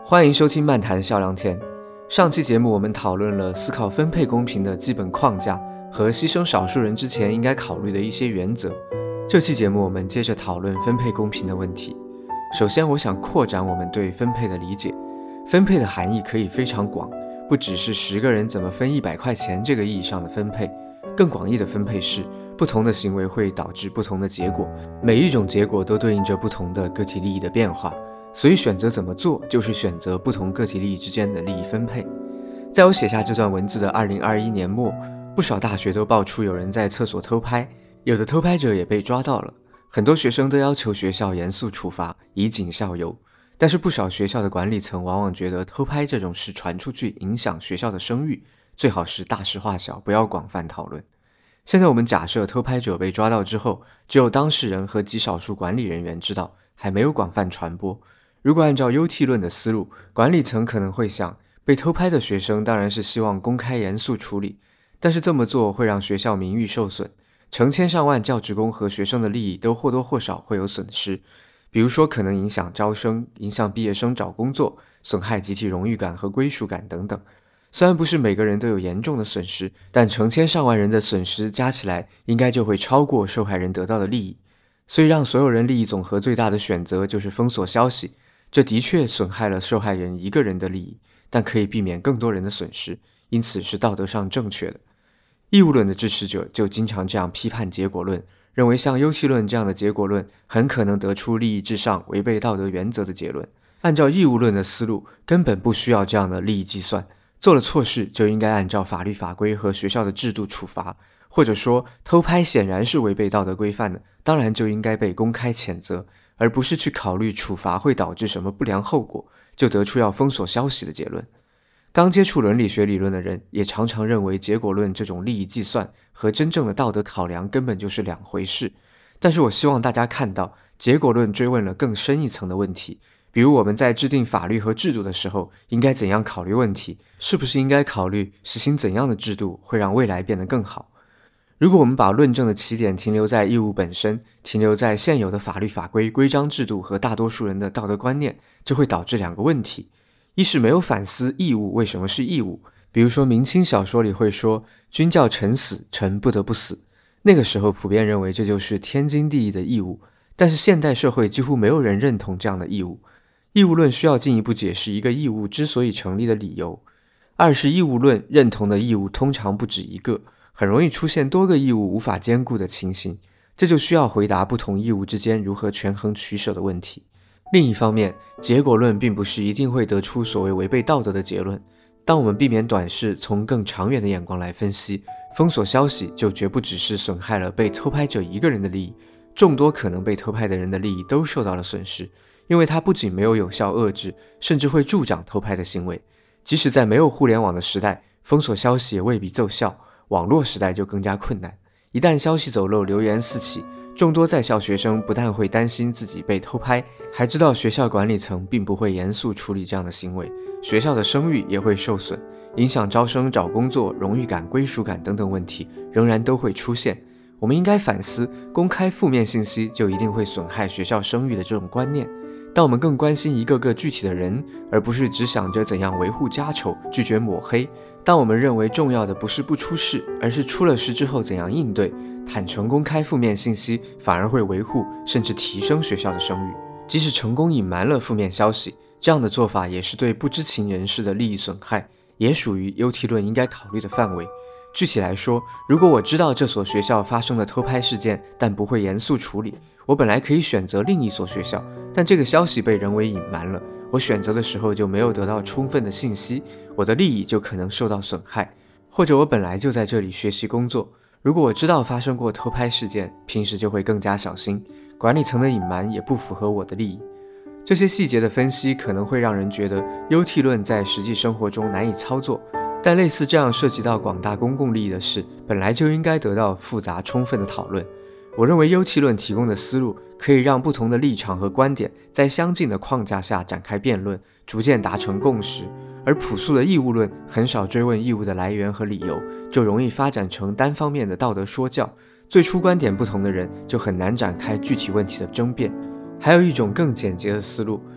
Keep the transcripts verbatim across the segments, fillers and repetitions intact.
欢迎收听漫谈笑良田。上期节目我们讨论了思考分配公平的基本框架和牺牲少数人之前应该考虑的一些原则。这期节目我们接着讨论分配公平的问题。首先我想扩展我们对分配的理解。分配的含义可以非常广，不只是十个人怎么分一百块钱这个意义上的分配，更广义的分配是不同的行为会导致不同的结果，每一种结果都对应着不同的个体利益的变化，所以选择怎么做就是选择不同个体利益之间的利益分配。在我写下这段文字的二零二一年末，不少大学都爆出有人在厕所偷拍，有的偷拍者也被抓到了，很多学生都要求学校严肃处罚，以儆效尤。但是不少学校的管理层往往觉得偷拍这种事传出去影响学校的声誉，最好是大事化小，不要广泛讨论。现在我们假设偷拍者被抓到之后，只有当事人和极少数管理人员知道，还没有广泛传播。如果按照 U T 论的思路，管理层可能会想，被偷拍的学生当然是希望公开严肃处理，但是这么做会让学校名誉受损，成千上万教职工和学生的利益都或多或少会有损失。比如说可能影响招生，影响毕业生找工作，损害集体荣誉感和归属感等等。虽然不是每个人都有严重的损失，但成千上万人的损失加起来应该就会超过受害人得到的利益。所以让所有人利益总和最大的选择就是封锁消息，这的确损害了受害人一个人的利益，但可以避免更多人的损失，因此是道德上正确的。义务论的支持者就经常这样批判结果论，认为像优期论这样的结果论很可能得出利益至上、违背道德原则的结论。按照义务论的思路，根本不需要这样的利益计算，做了错事就应该按照法律法规和学校的制度处罚，或者说偷拍显然是违背道德规范的，当然就应该被公开谴责，而不是去考虑处罚会导致什么不良后果，就得出要封锁消息的结论。刚接触伦理学理论的人也常常认为结果论这种利益计算和真正的道德考量根本就是两回事，但是我希望大家看到结果论追问了更深一层的问题，比如我们在制定法律和制度的时候应该怎样考虑问题，是不是应该考虑实行怎样的制度会让未来变得更好。如果我们把论证的起点停留在义务本身，停留在现有的法律法规、规章制度和大多数人的道德观念，就会导致两个问题。一是没有反思义务为什么是义务，比如说明清小说里会说君叫臣死，臣不得不死，那个时候普遍认为这就是天经地义的义务，但是现代社会几乎没有人认同这样的义务。义务论需要进一步解释一个义务之所以成立的理由。二是义务论认同的义务通常不止一个，很容易出现多个义务无法兼顾的情形，这就需要回答不同义务之间如何权衡取舍的问题。另一方面，结果论并不是一定会得出所谓违背道德的结论。当我们避免短视，从更长远的眼光来分析，封锁消息就绝不只是损害了被偷拍者一个人的利益，众多可能被偷拍的人的利益都受到了损失，因为它不仅没有有效遏制，甚至会助长偷拍的行为。即使在没有互联网的时代，封锁消息也未必奏效，网络时代就更加困难。一旦消息走漏，流言四起，众多在校学生不但会担心自己被偷拍，还知道学校管理层并不会严肃处理这样的行为，学校的声誉也会受损，影响招生、找工作、荣誉感、归属感等等问题仍然都会出现。我们应该反思，公开负面信息就一定会损害学校声誉的这种观念。当我们更关心一个个具体的人，而不是只想着怎样维护家丑、拒绝抹黑，当我们认为重要的不是不出事，而是出了事之后怎样应对，坦诚公开负面信息反而会维护甚至提升学校的声誉。即使成功隐瞒了负面消息，这样的做法也是对不知情人士的利益损害，也属于 U T 论应该考虑的范围。具体来说，如果我知道这所学校发生了偷拍事件，但不会严肃处理，我本来可以选择另一所学校，但这个消息被人为隐瞒了，我选择的时候就没有得到充分的信息，我的利益就可能受到损害。或者我本来就在这里学习工作，如果我知道发生过偷拍事件，平时就会更加小心，管理层的隐瞒也不符合我的利益。这些细节的分析可能会让人觉得 U T 论在实际生活中难以操作，但类似这样涉及到广大公共利益的事，本来就应该得到复杂充分的讨论。我认为 U T 论提供的思路可以让不同的立场和观点在相近的框架下展开辩论，逐渐达成共识，而朴素的义务论很少追问义务的来源和理由，就容易发展成单方面的道德说教，最初观点不同的人就很难展开具体问题的争辩。还有一种更简洁的思路，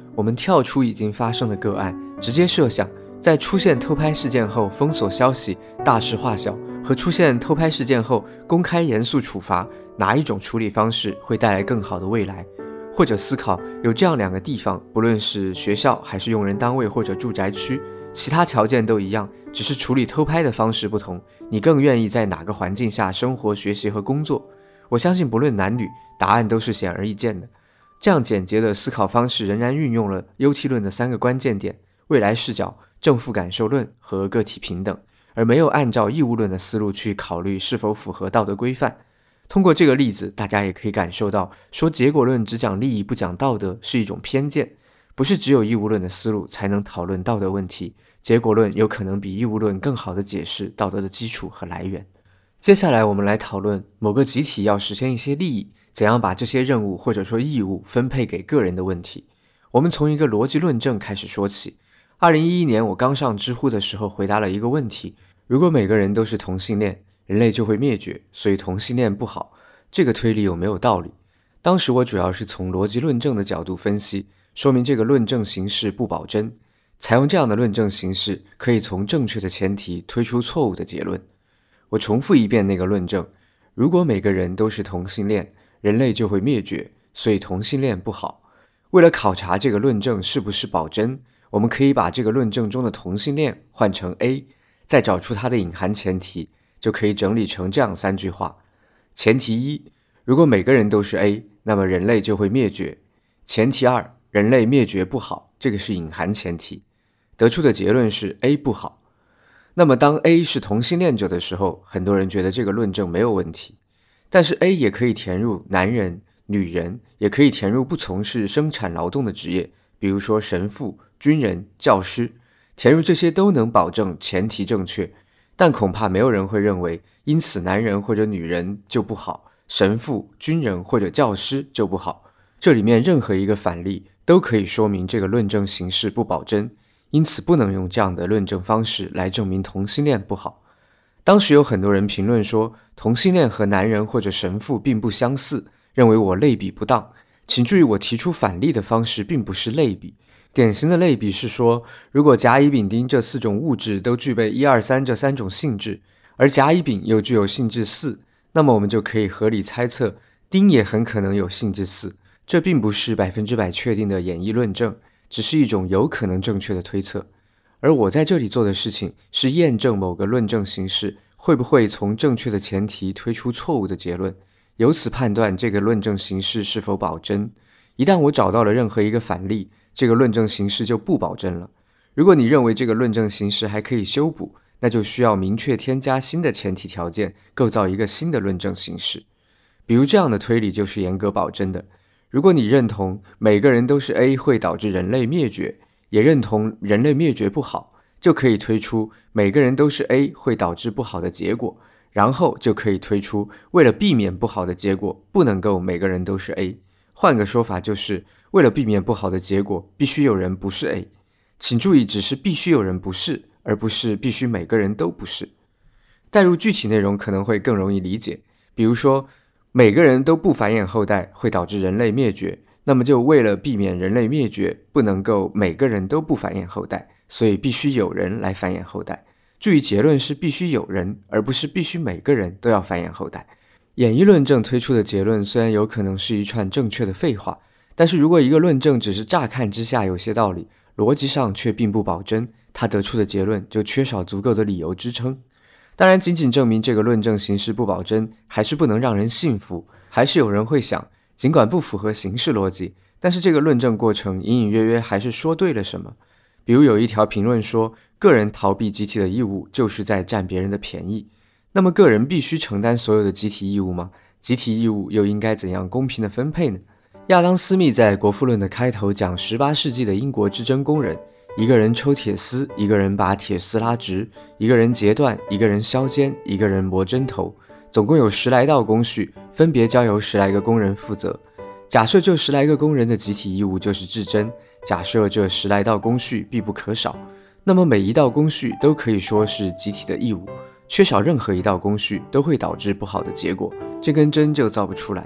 我们跳出已经发生的个案，直接设想在出现偷拍事件后封锁消息、大事化小，和出现偷拍事件后公开严肃处罚，哪一种处理方式会带来更好的未来？或者思考有这样两个地方，不论是学校还是用人单位或者住宅区，其他条件都一样，只是处理偷拍的方式不同，你更愿意在哪个环境下生活、学习和工作？我相信不论男女，答案都是显而易见的。这样简洁的思考方式仍然运用了 U T 论的三个关键点：未来视角、正负感受论和个体平等，而没有按照义务论的思路去考虑是否符合道德规范。通过这个例子，大家也可以感受到，说结果论只讲利益不讲道德是一种偏见，不是只有义务论的思路才能讨论道德问题，结果论有可能比义务论更好地解释道德的基础和来源。接下来我们来讨论某个集体要实现一些利益，怎样把这些任务或者说义务分配给个人的问题。我们从一个逻辑论证开始说起。二零一一年我刚上知乎的时候回答了一个问题：如果每个人都是同性恋，人类就会灭绝，所以同性恋不好，这个推理有没有道理？当时我主要是从逻辑论证的角度分析，说明这个论证形式不保真。采用这样的论证形式，可以从正确的前提推出错误的结论。我重复一遍那个论证：如果每个人都是同性恋，人类就会灭绝，所以同性恋不好。为了考察这个论证是不是保真，我们可以把这个论证中的同性恋换成 A， 再找出它的隐含前提，就可以整理成这样三句话：前提一，如果每个人都是 A， 那么人类就会灭绝。前提二，人类灭绝不好，这个是隐含前提。得出的结论是 A 不好。那么当 A 是同性恋者的时候，很多人觉得这个论证没有问题。但是 A 也可以填入男人、女人，也可以填入不从事生产劳动的职业，比如说神父、军人、教师，填入这些都能保证前提正确。但恐怕没有人会认为，因此男人或者女人就不好，神父、军人或者教师就不好。这里面任何一个反例都可以说明这个论证形式不保真，因此不能用这样的论证方式来证明同性恋不好。当时有很多人评论说，同性恋和男人或者神父并不相似，认为我类比不当。请注意，我提出反例的方式并不是类比。典型的类比是说，如果甲乙丙丁这四种物质都具备一二三这三种性质，而甲乙丙又具有性质四，那么我们就可以合理猜测丁也很可能有性质四。这并不是百分之百确定的演绎论证，只是一种有可能正确的推测。而我在这里做的事情是验证某个论证形式会不会从正确的前提推出错误的结论，由此判断这个论证形式是否保真。一旦我找到了任何一个反例，这个论证形式就不保真了。如果你认为这个论证形式还可以修补，那就需要明确添加新的前提条件，构造一个新的论证形式。比如这样的推理就是严格保真的。如果你认同每个人都是 A 会导致人类灭绝，也认同人类灭绝不好，就可以推出每个人都是 A 会导致不好的结果，然后就可以推出为了避免不好的结果，不能够每个人都是 A。换个说法就是，为了避免不好的结果，必须有人不是 A。请注意，只是必须有人不是，而不是必须每个人都不是。带入具体内容可能会更容易理解。比如说，每个人都不繁衍后代会导致人类灭绝，那么就为了避免人类灭绝，不能够每个人都不繁衍后代，所以必须有人来繁衍后代。注意，结论是必须有人，而不是必须每个人都要繁衍后代。演绎论证推出的结论虽然有可能是一串正确的废话，但是如果一个论证只是乍看之下有些道理，逻辑上却并不保真，它得出的结论就缺少足够的理由支撑。当然，仅仅证明这个论证形式不保真，还是不能让人信服。还是有人会想，尽管不符合形式逻辑，但是这个论证过程隐隐约约还是说对了什么。比如有一条评论说，个人逃避集体的义务就是在占别人的便宜。那么个人必须承担所有的集体义务吗？集体义务又应该怎样公平的分配呢？亚当·斯密在《国富论》的开头讲十八世纪的英国织针工人，一个人抽铁丝，一个人把铁丝拉直，一个人截断，一个人削尖，一个人磨针头，总共有十来道工序，分别交由十来个工人负责。假设这十来个工人的集体义务就是制针，假设这十来道工序必不可少，那么每一道工序都可以说是集体的义务，缺少任何一道工序都会导致不好的结果，这根针就造不出来。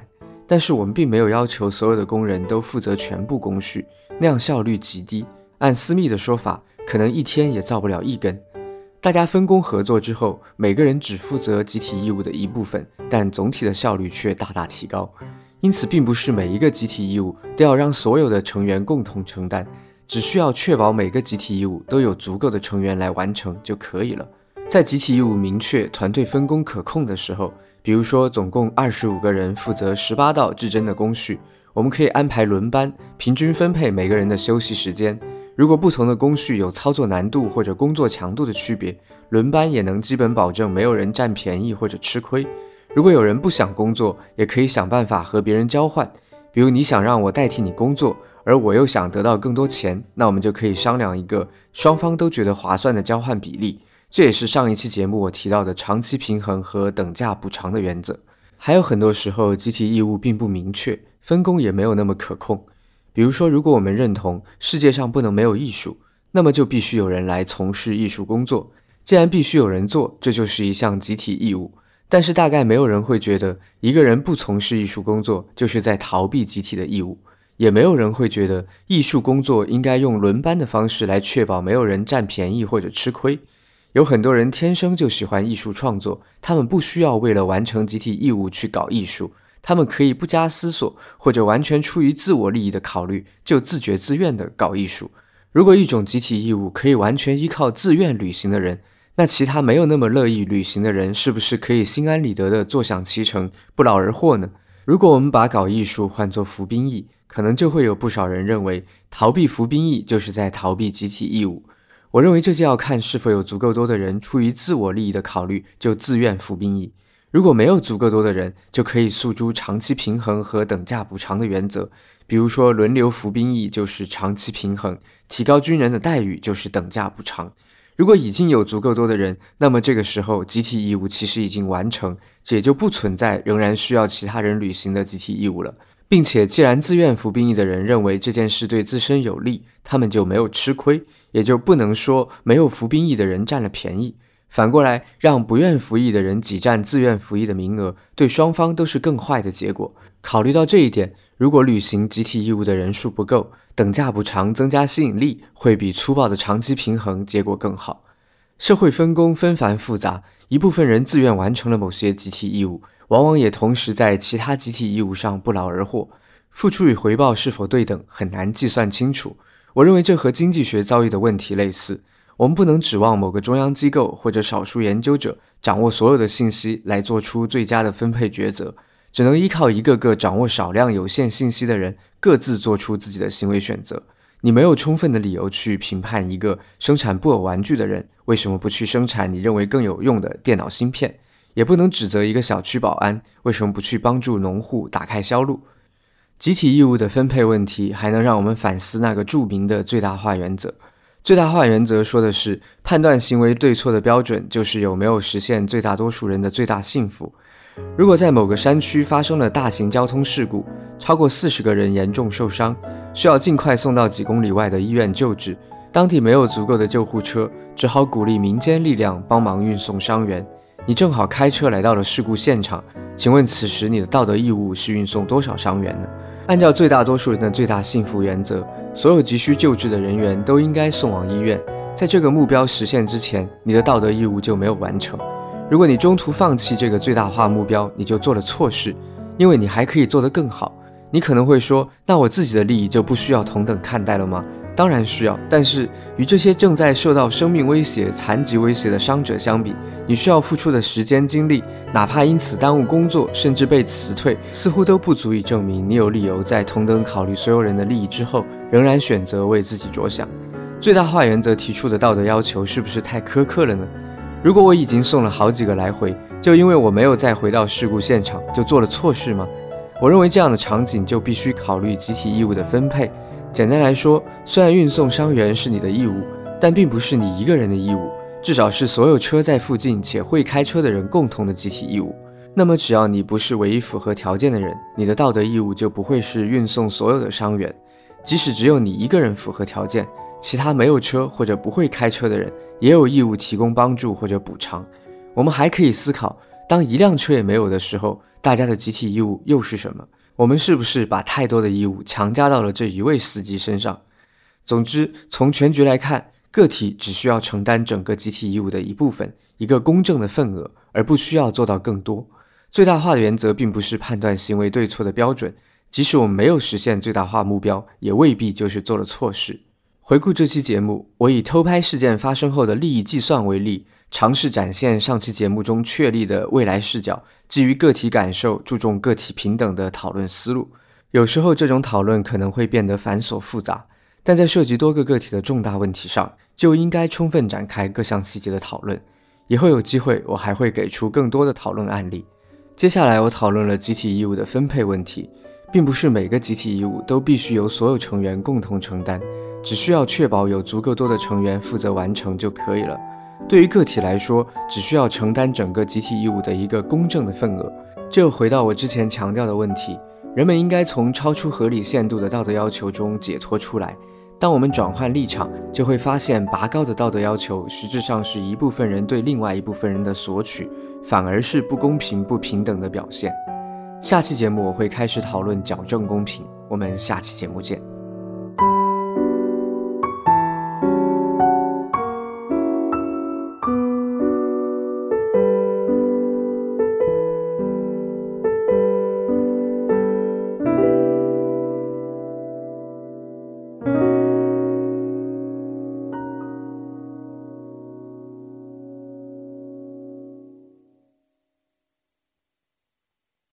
但是我们并没有要求所有的工人都负责全部工序，那样效率极低。按私密的说法，可能一天也造不了一根。大家分工合作之后，每个人只负责集体义务的一部分，但总体的效率却大大提高。因此并不是每一个集体义务都要让所有的成员共同承担，只需要确保每个集体义务都有足够的成员来完成就可以了。在集体义务明确、团队分工可控的时候，比如说总共二十五个人负责十八道制针的工序，我们可以安排轮班，平均分配每个人的休息时间。如果不同的工序有操作难度或者工作强度的区别，轮班也能基本保证没有人占便宜或者吃亏。如果有人不想工作，也可以想办法和别人交换，比如你想让我代替你工作，而我又想得到更多钱，那我们就可以商量一个双方都觉得划算的交换比例。这也是上一期节目我提到的长期平衡和等价补偿的原则。还有很多时候集体义务并不明确，分工也没有那么可控。比如说，如果我们认同世界上不能没有艺术，那么就必须有人来从事艺术工作。既然必须有人做，这就是一项集体义务。但是大概没有人会觉得一个人不从事艺术工作就是在逃避集体的义务，也没有人会觉得艺术工作应该用轮班的方式来确保没有人占便宜或者吃亏。有很多人天生就喜欢艺术创作，他们不需要为了完成集体义务去搞艺术，他们可以不加思索或者完全出于自我利益的考虑，就自觉自愿地搞艺术。如果一种集体义务可以完全依靠自愿履行的人，那其他没有那么乐意履行的人是不是可以心安理得地坐享其成，不劳而获呢？如果我们把搞艺术换作服兵役，可能就会有不少人认为逃避服兵役就是在逃避集体义务。我认为这就要看是否有足够多的人出于自我利益的考虑就自愿服兵役。如果没有足够多的人，就可以诉诸长期平衡和等价补偿的原则，比如说轮流服兵役就是长期平衡，提高军人的待遇就是等价补偿。如果已经有足够多的人，那么这个时候集体义务其实已经完成，这也就不存在仍然需要其他人履行的集体义务了。并且既然自愿服兵役的人认为这件事对自身有利，他们就没有吃亏，也就不能说没有服兵役的人占了便宜。反过来，让不愿服役的人挤占自愿服役的名额，对双方都是更坏的结果。考虑到这一点，如果履行集体义务的人数不够，等价补偿增加吸引力，会比粗暴的长期平衡结果更好。社会分工纷繁复杂，一部分人自愿完成了某些集体义务，往往也同时在其他集体义务上不劳而获。付出与回报是否对等，很难计算清楚。我认为这和经济学遭遇的问题类似。我们不能指望某个中央机构或者少数研究者掌握所有的信息来做出最佳的分配抉择，只能依靠一个个掌握少量有限信息的人各自做出自己的行为选择。你没有充分的理由去评判一个生产布偶玩具的人为什么不去生产你认为更有用的电脑芯片，也不能指责一个小区保安为什么不去帮助农户打开销路。集体义务的分配问题还能让我们反思那个著名的最大化原则。最大化原则说的是，判断行为对错的标准就是有没有实现最大多数人的最大幸福。如果在某个山区发生了大型交通事故，超过四十个人严重受伤，需要尽快送到几公里外的医院救治，当地没有足够的救护车，只好鼓励民间力量帮忙运送伤员。你正好开车来到了事故现场，请问此时你的道德义务是运送多少伤员呢？按照最大多数人的最大幸福原则，所有急需救治的人员都应该送往医院。在这个目标实现之前，你的道德义务就没有完成。如果你中途放弃这个最大化目标，你就做了错事，因为你还可以做得更好。你可能会说，那我自己的利益就不需要同等看待了吗？当然需要，但是与这些正在受到生命威胁、残疾威胁的伤者相比，你需要付出的时间精力，哪怕因此耽误工作，甚至被辞退，似乎都不足以证明你有理由在同等考虑所有人的利益之后，仍然选择为自己着想。最大化原则提出的道德要求是不是太苛刻了呢？如果我已经送了好几个来回，就因为我没有再回到事故现场，就做了错事吗？我认为这样的场景就必须考虑集体义务的分配。简单来说，虽然运送伤员是你的义务，但并不是你一个人的义务，至少是所有车在附近且会开车的人共同的集体义务。那么只要你不是唯一符合条件的人，你的道德义务就不会是运送所有的伤员。即使只有你一个人符合条件，其他没有车或者不会开车的人也有义务提供帮助或者补偿。我们还可以思考，当一辆车也没有的时候，大家的集体义务又是什么？ 我们是不是把太多的义务强加到了这一位司机身上？总之，从全局来看，个体只需要承担整个集体义务的一部分，一个公正的份额，而不需要做到更多。最大化的原则并不是判断行为对错的标准，即使我们没有实现最大化目标，也未必就是做了错事。回顾这期节目，我以偷拍事件发生后的利益计算为例，尝试展现上期节目中确立的未来视角，基于个体感受，注重个体平等的讨论思路。有时候这种讨论可能会变得繁琐复杂，但在涉及多个个体的重大问题上，就应该充分展开各项细节的讨论。以后有机会，我还会给出更多的讨论案例。接下来我讨论了集体义务的分配问题，并不是每个集体义务都必须由所有成员共同承担，只需要确保有足够多的成员负责完成就可以了。对于个体来说，只需要承担整个集体义务的一个公正的份额。这又回到我之前强调的问题，人们应该从超出合理限度的道德要求中解脱出来。当我们转换立场，就会发现拔高的道德要求实质上是一部分人对另外一部分人的索取，反而是不公平不平等的表现。下期节目我会开始讨论矫正公平，我们下期节目见。